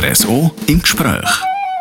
RSO im Gespräch.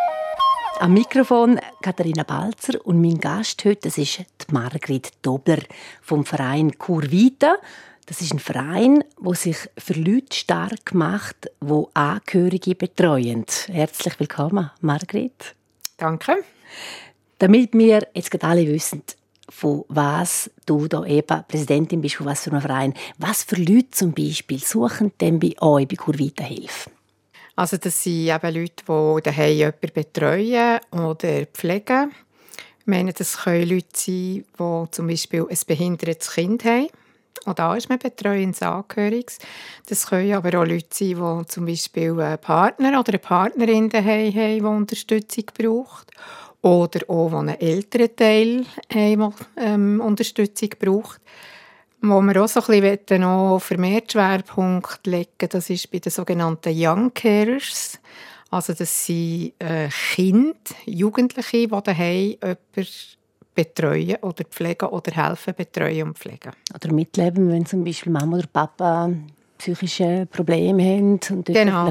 Am Mikrofon Katharina Balzer und mein Gast heute, das ist die Margrit Dobler vom Verein Curvita. Das ist ein Verein, der sich für Leute stark macht, die Angehörige betreuen. Herzlich willkommen, Margrit. Danke. Damit wir jetzt gerade alle wissen, von was du da eben Präsidentin bist, von was für einem Verein, was für Leute zum Beispiel suchen denn bei euch bei Curvita Hilfe? Also das sind eben Leute, die daheim jemanden betreuen oder pflegen. Ich meine, das können Leute sein, die zum Beispiel ein behindertes Kind haben. Und da ist man betreuendes Angehöriges. Das können aber auch Leute sein, die zum Beispiel einen Partner oder eine Partnerin daheim haben, die Unterstützung braucht. Oder auch, die einen älteren Teil haben, der Unterstützung braucht. Wo wir auch so ein bisschen noch vermehrt Schwerpunkt legen, das ist bei den sogenannten Young Carers. Also das sind Kinder, Jugendliche, die daheim jemanden betreuen oder pflegen oder helfen betreuen und pflegen. Oder mitleben, wenn zum Beispiel Mama oder Papa psychische Probleme haben. Und Genau.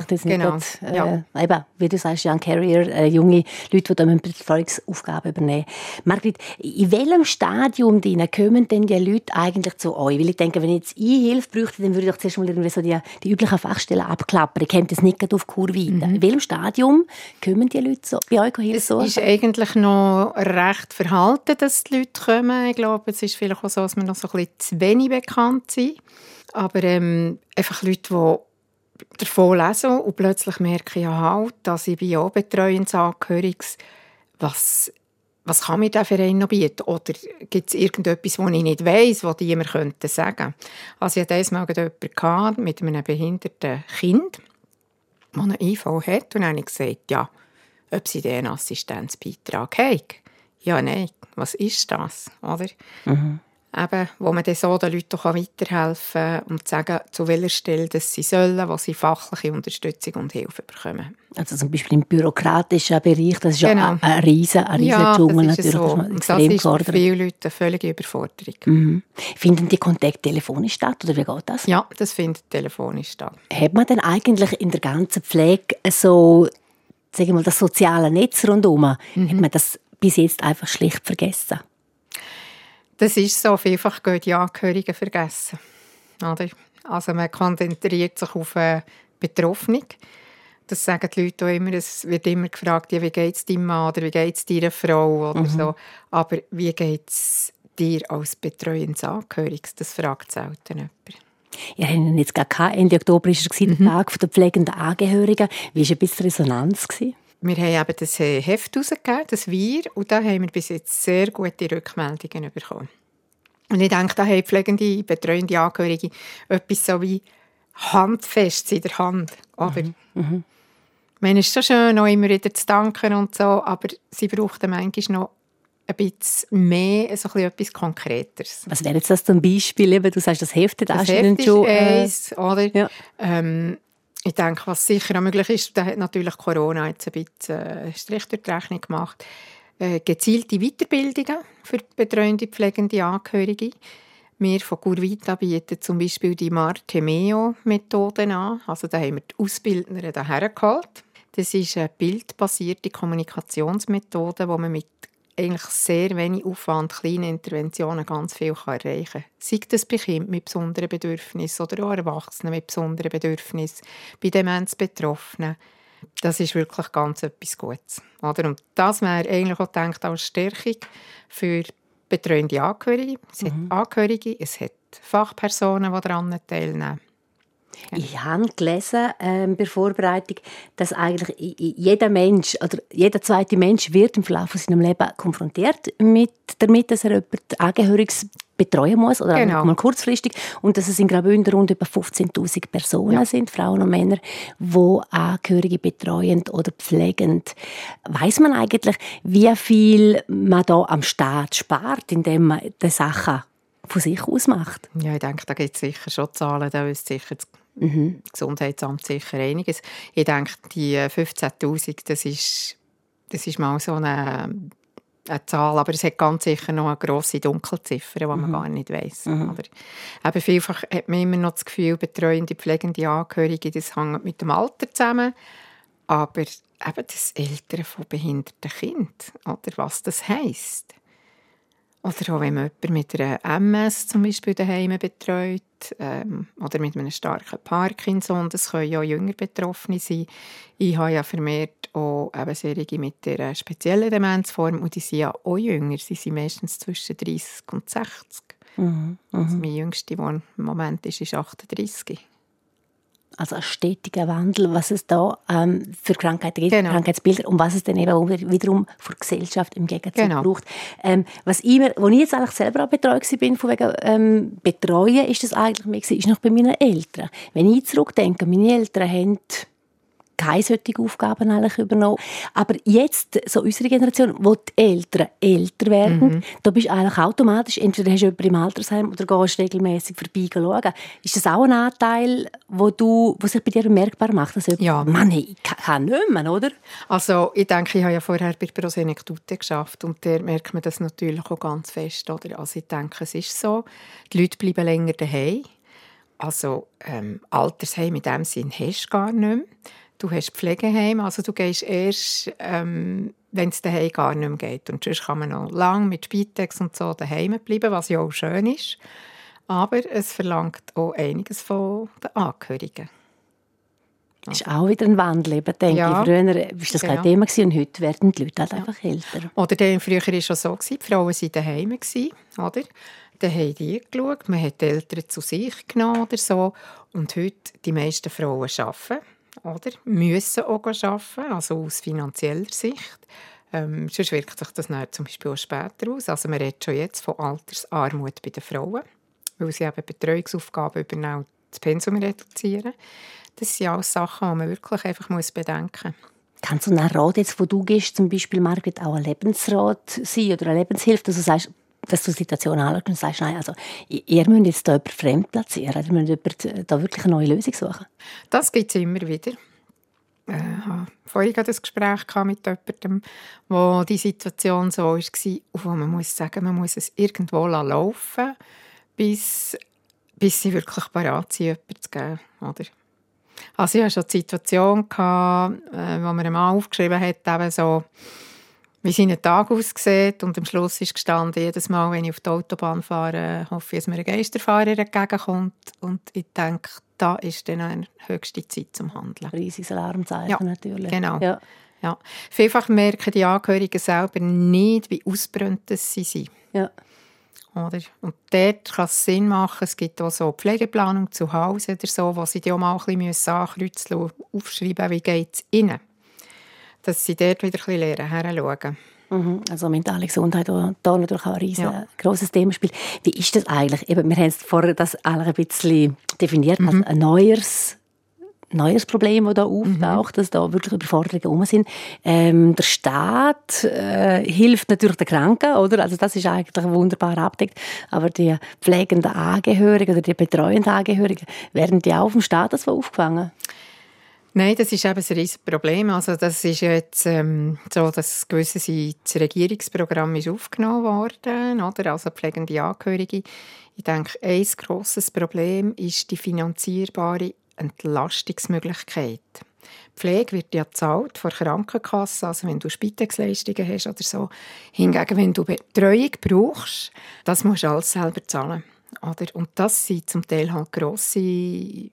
Eben, wie du sagst, Young Carrier, junge Leute, die Betreuungsaufgaben übernehmen. Margrit, in welchem Stadium kommen denn die Leute eigentlich zu euch? Weil ich denke, wenn ich jetzt Hilfe bräuchte, dann würde ich zuerst mal irgendwie so die üblichen Fachstellen abklappern. Ich käme das nicht gerade auf Curvita. In welchem Stadium kommen die Leute so bei euch Hilfe suchen? Es ist eigentlich noch recht verhalten, dass die Leute kommen. Ich glaube, es ist vielleicht auch so, dass wir noch so ein bisschen zu wenig bekannt sind. Aber einfach Leute, die davon lesen und plötzlich merken, ja halt, dass ich bin auch Betreuungsangehöriges. Was kann mir dieser Verein noch bieten? Oder gibt es irgendetwas, das ich nicht weiss, was die mir sagen könnten? Also ich hatte einmal jemanden mit einem behinderten Kind, der eine IV hat. Und dann habe ich gesagt, ja, ob sie den Assistenzbeitrag haben. Ja, nein, was ist das? Oder? Mhm. Eben, wo man dann so den Leuten weiterhelfen kann und sagen, zu welcher Stelle dass sie sollen, wo sie fachliche Unterstützung und Hilfe bekommen. Also zum Beispiel im bürokratischen Bereich, das ist ja ein riesen Dschungel natürlich. So. Und das ist für viele Leute eine völlige Überforderung. Mhm. Finden die Kontakte telefonisch statt, oder wie geht das? Ja, das findet telefonisch statt. Hat man denn eigentlich in der ganzen Pflege so, sagen wir mal, das soziale Netz rundherum, hat man das bis jetzt einfach schlicht vergessen? Das ist so, vielfach gehen die Angehörigen vergessen. Oder? Also man konzentriert sich auf Betroffene. Das sagen die Leute auch immer. Es wird immer gefragt, ja, wie geht es deinem Mann oder wie geht es deiner Frau oder so. Aber wie geht es dir als betreuendes Angehöriges? Das fragt selten jemand. Wir haben jetzt gar Ende Oktober war der Tag der pflegenden Angehörigen. Wie war ein bisschen Resonanz? Wir haben eben das Heft herausgegeben, das «Wir», und da haben wir bis jetzt sehr gute Rückmeldungen bekommen. Und ich denke, da haben pflegende, betreuende Angehörige etwas so wie handfest in der Hand. Oder? Man ist schon schön, auch immer wieder zu danken und so, aber sie brauchen manchmal noch ein bisschen mehr, so etwas Konkreteres. Was wäre jetzt das zum Beispiel? Du sagst, das Heft hat das Heft ist eins, oder? Ja. Ich denke, was sicher auch möglich ist, da hat natürlich Corona jetzt ein bisschen Strich durch die Rechnung gemacht, gezielte Weiterbildungen für betreuende, pflegende Angehörige. Wir von Curvita bieten zum Beispiel die Martemeo-Methoden an. Also da haben wir die Ausbildner hierher geholt. Das ist eine bildbasierte Kommunikationsmethode, wo man mit eigentlich sehr wenig Aufwand, kleinen Interventionen ganz viel erreichen kann. Sei das bei Kindern mit besonderen Bedürfnissen oder auch Erwachsenen mit besonderen Bedürfnissen, bei Demenzbetroffenen. Das ist wirklich ganz etwas Gutes. Oder? Und das wäre eigentlich auch gedacht als Stärkung für betreuende Angehörige. Es hat Angehörige, es hat Fachpersonen, die daran teilnehmen. Ja. Ich habe gelesen bei der Vorbereitung, dass eigentlich jeder Mensch oder jeder zweite Mensch wird im Verlauf von seinem Leben konfrontiert damit, dass er jemanden Angehöriges betreuen muss oder mal kurzfristig, und dass es in Graubünden rund über 15'000 Personen sind, Frauen und Männer, die Angehörige betreuen oder pflegen. Weiss man eigentlich, wie viel man da am Staat spart, indem man die Sachen von sich aus macht? Ja, ich denke, da gibt es sicher schon Zahlen, da ist sicher das Gesundheitsamt sicher einiges. Ich denke, die 15'000, das ist mal so eine Zahl, aber es hat ganz sicher noch eine grosse Dunkelziffer, die man gar nicht weiss. Aber eben vielfach hat man immer noch das Gefühl, betreuende, pflegende Angehörige, das hängt mit dem Alter zusammen. Aber eben das Eltern von behinderten Kindern, oder was das heisst. Oder auch wenn man jemanden mit einer MS zum Beispiel daheim betreut oder mit einem starken Parkinson, das können ja auch jünger Betroffene sein. Ich habe ja vermehrt auch eben solche mit einer speziellen Demenzform und die sind ja auch jünger. Sie sind meistens zwischen 30 und 60. Also mein jüngster, der im Moment ist 38. Also ein stetiger Wandel, was es da für Krankheiten gibt, genau. Krankheitsbilder und was es dann eben wiederum für die Gesellschaft im Gegenzug braucht. Als ich jetzt eigentlich selber auch betreut war, von wegen Betreuen, ist das eigentlich mehr gewesen, ist noch bei meinen Eltern. Wenn ich zurückdenke, meine Eltern haben keine solchen Aufgaben eigentlich übernommen. Aber jetzt, so unsere Generation, wo die Eltern älter werden, da bist du eigentlich automatisch, entweder hast du jemanden im Altersheim oder gehst regelmässig vorbei schauen. Ist das auch ein Anteil, wo sich bei dir bemerkbar macht, dass jemand, Mann, ich kann nicht mehr, oder? Also ich denke, ich habe ja vorher bei Prosenektute geschafft und da merkt man das natürlich auch ganz fest. Oder? Also ich denke, es ist so, die Leute bleiben länger daheim. Also Altersheim in dem Sinn hast du gar nicht mehr. Du hast Pflegeheim, also du gehst erst, wenn es daheim gar nicht mehr geht. Und sonst kann man noch lange mit Spitex und so daheim bleiben, was ja auch schön ist. Aber es verlangt auch einiges von den Angehörigen. Das ist auch wieder ein Wandel, denke ich. Früher war das kein Thema und heute werden die Leute halt einfach älter. Oder früher war es schon so, die Frauen waren daheim, oder? Dann haben die geschaut, man hat die Eltern zu sich genommen oder so. Und heute, die meisten Frauen arbeiten. Oder? Müssen auch arbeiten, also aus finanzieller Sicht. Sonst wirkt sich das dann zum Beispiel auch später aus. Also man redet schon jetzt von Altersarmut bei den Frauen, weil sie eben Betreuungsaufgaben übernehmen und das Pensum reduzieren. Das sind alles Sachen, die man wirklich einfach bedenken muss. Kannst du einen Rat, jetzt, wo du gehst, zum Beispiel, Margret, auch ein Lebensrat sein oder eine Lebenshilfe, dass du die Situation anschaust und sagst, nein, also, ihr müsst jetzt da jemanden fremd platzieren, ihr müsst da wirklich eine neue Lösung suchen? Das gibt es immer wieder. Ich hatte vorhin ein Gespräch mit jemandem, wo die Situation so war, und wo man muss sagen, man muss es irgendwo laufen, bis sie wirklich bereit sind, jemanden zu geben. Oder? Also ich hatte schon die Situation, wo mir ein Mann aufgeschrieben hat, eben so, wie sein Tag aussieht. Und am Schluss ist gestanden, jedes Mal, wenn ich auf die Autobahn fahre, hoffe ich, dass mir ein Geisterfahrer entgegenkommt. Und ich denke, da ist dann eine höchste Zeit zum Handeln. Riesiges Alarmzeichen natürlich. Genau. Ja. Ja. Vielfach merken die Angehörigen selber nicht, wie ausgebrannt sie sind. Ja. Oder? Und dort kann es Sinn machen, es gibt auch so Pflegeplanung zu Hause oder so, wo sie die auch mal ein bisschen ankreuzeln und aufschreiben, wie geht es ihnen. Dass sie dort wieder ein bisschen lernen, hinschauen. Also mentale Gesundheit, die da natürlich auch ein riesengroßes Thema spielt. Wie ist das eigentlich? Eben, wir haben es vorher das ein bisschen definiert als ein neues Problem, das da auftaucht, dass da wirklich Überforderungen rum sind. Der Staat hilft natürlich den Kranken, oder? Also das ist eigentlich wunderbar abgedeckt. Aber die pflegenden Angehörigen oder die betreuenden Angehörigen, werden die auch vom Staat aufgefangen? Nein, das ist eben ein riesiges Problem. Also das ist jetzt so, dass das Regierungsprogramm ist aufgenommen worden, oder? Also pflegende Angehörige. Ich denke, ein grosses Problem ist die finanzierbare Entlastungsmöglichkeit. Die Pflege wird ja gezahlt von der Krankenkasse, also wenn du Spitex-Leistungen hast oder so. Hingegen, wenn du Betreuung brauchst, das musst du alles selber zahlen. Oder? Und das sind zum Teil halt grosse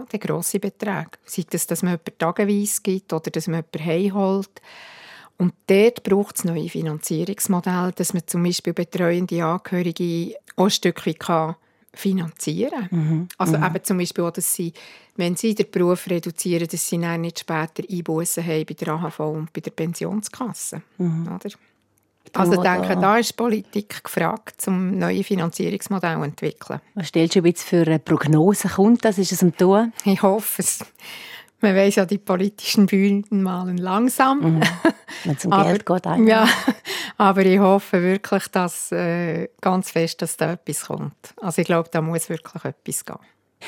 Beträge. Sei das, dass man jemanden tageweise gibt oder dass man jemanden heimholt. Und dort braucht es neue Finanzierungsmodelle, dass man zum Beispiel betreuende Angehörige auch ein Stück weit finanzieren kann. Also eben zum Beispiel auch, dass sie, wenn sie den Beruf reduzieren, dass sie dann nicht später Einbussen haben bei der AHV und bei der Pensionskasse. Oder? Also ich denke, da ist die Politik gefragt, um neue Finanzierungsmodelle zu entwickeln. Was stellst du jetzt für eine Prognose? Kommt das? Ist es am Tun? Ich hoffe es. Man weiss ja, die politischen Bühnen malen langsam. Wenn es um Geld geht. Eigentlich. Ja, aber ich hoffe wirklich, dass ganz fest, dass da etwas kommt. Also ich glaube, da muss wirklich etwas gehen.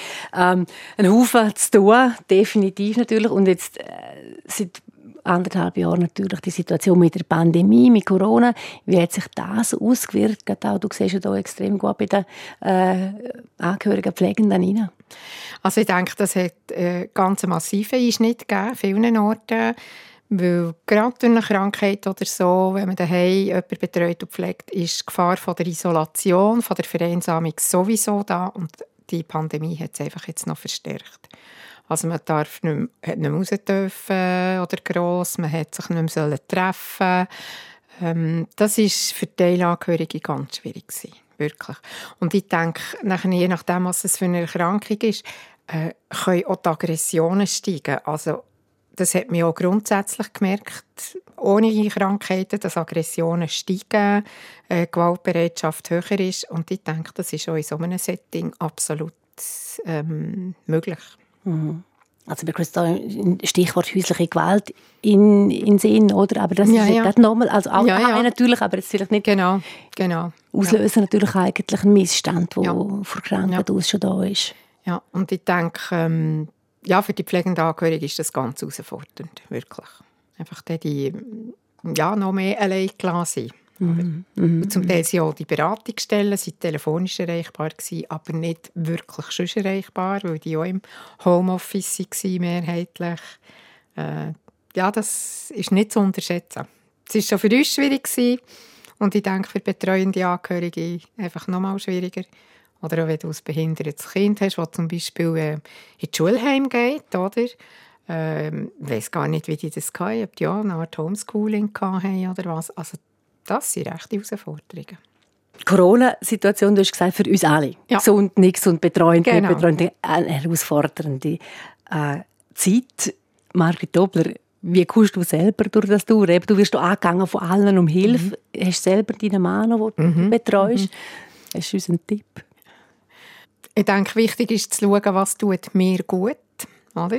Ein Haufen zu tun, definitiv natürlich. Und jetzt seit 1,5 Jahren natürlich die Situation mit der Pandemie, mit Corona. Wie hat sich das ausgewirkt? Auch du siehst ja da extrem gut bei den Angehörigen, Pflegenden rein. Also ich denke, das hat ganz massiven Einschnitt gegeben, an vielen Orten. Weil gerade durch eine Krankheit oder so, wenn man daheim jemanden betreut und pflegt, ist die Gefahr von der Isolation, von der Vereinsamung sowieso da. Und die Pandemie hat es einfach jetzt noch verstärkt. Also man darf nicht mehr raus dürfen oder gross, man hat sich nicht mehr treffen. Das war für die Teilangehörige ganz schwierig gewesen, wirklich. Und ich denke, je nachdem, was es für eine Erkrankung ist, können auch die Aggressionen steigen. Also das hat man auch grundsätzlich gemerkt, ohne Krankheiten, dass Aggressionen steigen, Gewaltbereitschaft höher ist. Und ich denke, das ist auch in so einem Setting absolut möglich. Mhm. Also wir können da Stichwort häusliche Gewalt in Sinn, oder? Aber das ist ja gerade nochmal, also auch natürlich, aber jetzt vielleicht nicht genau. auslösen natürlich eigentlich einen Missstand, der vor Krankheit aus schon da ist. Ja, und ich denke, für die pflegenden Angehörigen ist das ganz herausfordernd, wirklich. Einfach die noch mehr allein gelassen sein. Und zum Teil sind auch die Beratungsstellen telefonisch erreichbar gewesen, aber nicht wirklich schon erreichbar, weil die auch im Homeoffice waren, mehrheitlich. Das ist nicht zu unterschätzen. Es war schon für uns schwierig gewesen, und ich denke für betreuende Angehörige einfach noch mal schwieriger. Oder auch wenn du ein behindertes Kind hast, das zum Beispiel in die Schulheim geht, oder? Ich weiss gar nicht, wie die das hatten, ob die auch eine Art Homeschooling hatten oder was. Also das sind rechte Herausforderungen. Die Corona-Situation, du hast gesagt, für uns alle. Ja. Gesund, nicht gesund, betreuend, nicht betreuend. Eine herausfordernde Zeit. Margrit Dobler, wie kommst du selber durch das durch? Du wirst angegangen von allen um Hilfe. Hast du selber deinen Mann, den du betreust? Hast du uns einen Tipp? Ich denke, wichtig ist zu schauen, was tut mir gut, oder?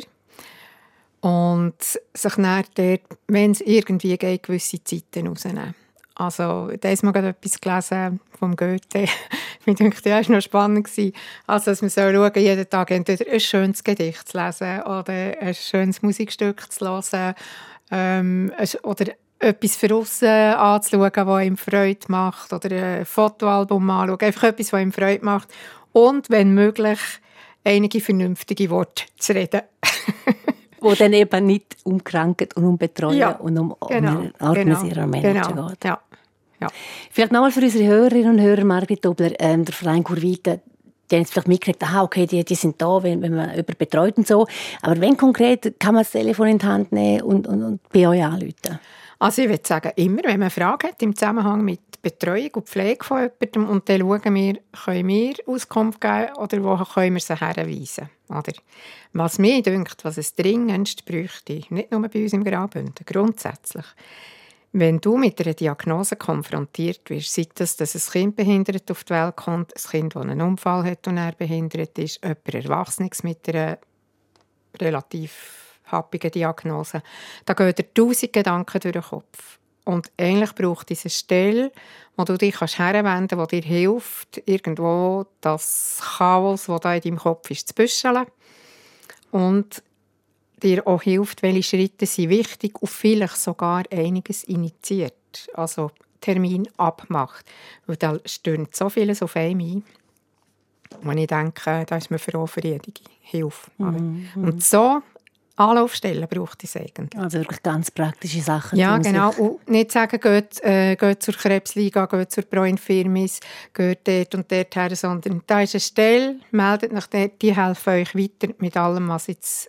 Und sich dann dort, wenn es irgendwie geht, gewisse Zeiten rausnehmen. Also, da ist mal gerade etwas gelesen vom Goethe. Ich denke, das war noch spannend. Also, dass man schauen, jeden Tag entweder ein schönes Gedicht zu lesen oder ein schönes Musikstück zu hören oder etwas für aussen anzuschauen, was ihm Freude macht, oder ein Fotoalbum anschauen. Einfach etwas, was ihm Freude macht. Und, wenn möglich, einige vernünftige Worte zu reden. Wo dann eben nicht um Krankheit und um Betreuen und um Organisieren und Managen geht. Ja. Vielleicht nochmal für unsere Hörerinnen und Hörer, Margrit Dobler, der Verein Kurvita, die haben jetzt vielleicht mitgekriegt, die sind da, wenn man jemanden betreut und so. Aber wenn konkret, kann man das Telefon in die Hand nehmen und bei euch anrufen? Also ich würde sagen, immer, wenn man Fragen hat im Zusammenhang mit Betreuung und Pflege von jemandem, und dann schauen wir, können wir Auskunft geben oder wo können wir sie herweisen. Oder? Was mir denkt, was es dringendst bräuchte, nicht nur bei uns im Graubünden, grundsätzlich, wenn du mit einer Diagnose konfrontiert wirst, sei das, dass ein Kind behindert auf die Welt kommt, ein Kind, das einen Unfall hat und er behindert ist, jemand Erwachsenes mit einer relativ happige Diagnose. Da gehen dir 1000 Gedanken durch den Kopf. Und eigentlich braucht es eine Stelle, wo du dich herwenden kannst, die dir hilft, irgendwo das Chaos, das da in deinem Kopf ist, zu büscheln. Und dir auch hilft, welche Schritte sind wichtig und vielleicht sogar einiges initiiert. Also Termin abmacht. Weil da stöhnt so vieles auf einem ein. Und ich denke, da ist man froh für jede Hilfe. Und so Anlaufstellen braucht es eigentlich. Also wirklich ganz praktische Sachen. Ja, genau. Und nicht sagen, geht zur Krebsliga, geht zur Bräunfirmis, geht dort und dort her, sondern da ist eine Stelle, meldet nach dort, die helfen euch weiter mit allem, was jetzt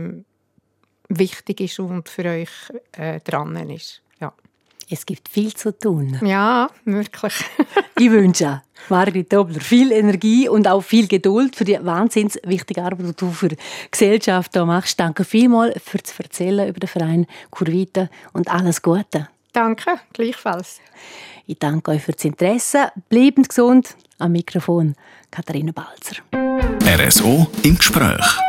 wichtig ist und für euch dran ist. Ja. Es gibt viel zu tun. Ja, wirklich. Ich wünsche Margrit Dobler viel Energie und auch viel Geduld für die wahnsinnig wichtige Arbeit, die du für die Gesellschaft hier machst. Danke vielmals für das Erzählen über den Verein Kurvita und alles Gute. Danke, gleichfalls. Ich danke euch für das Interesse. Bleibt gesund. Am Mikrofon Katharina Balzer. RSO im Gespräch.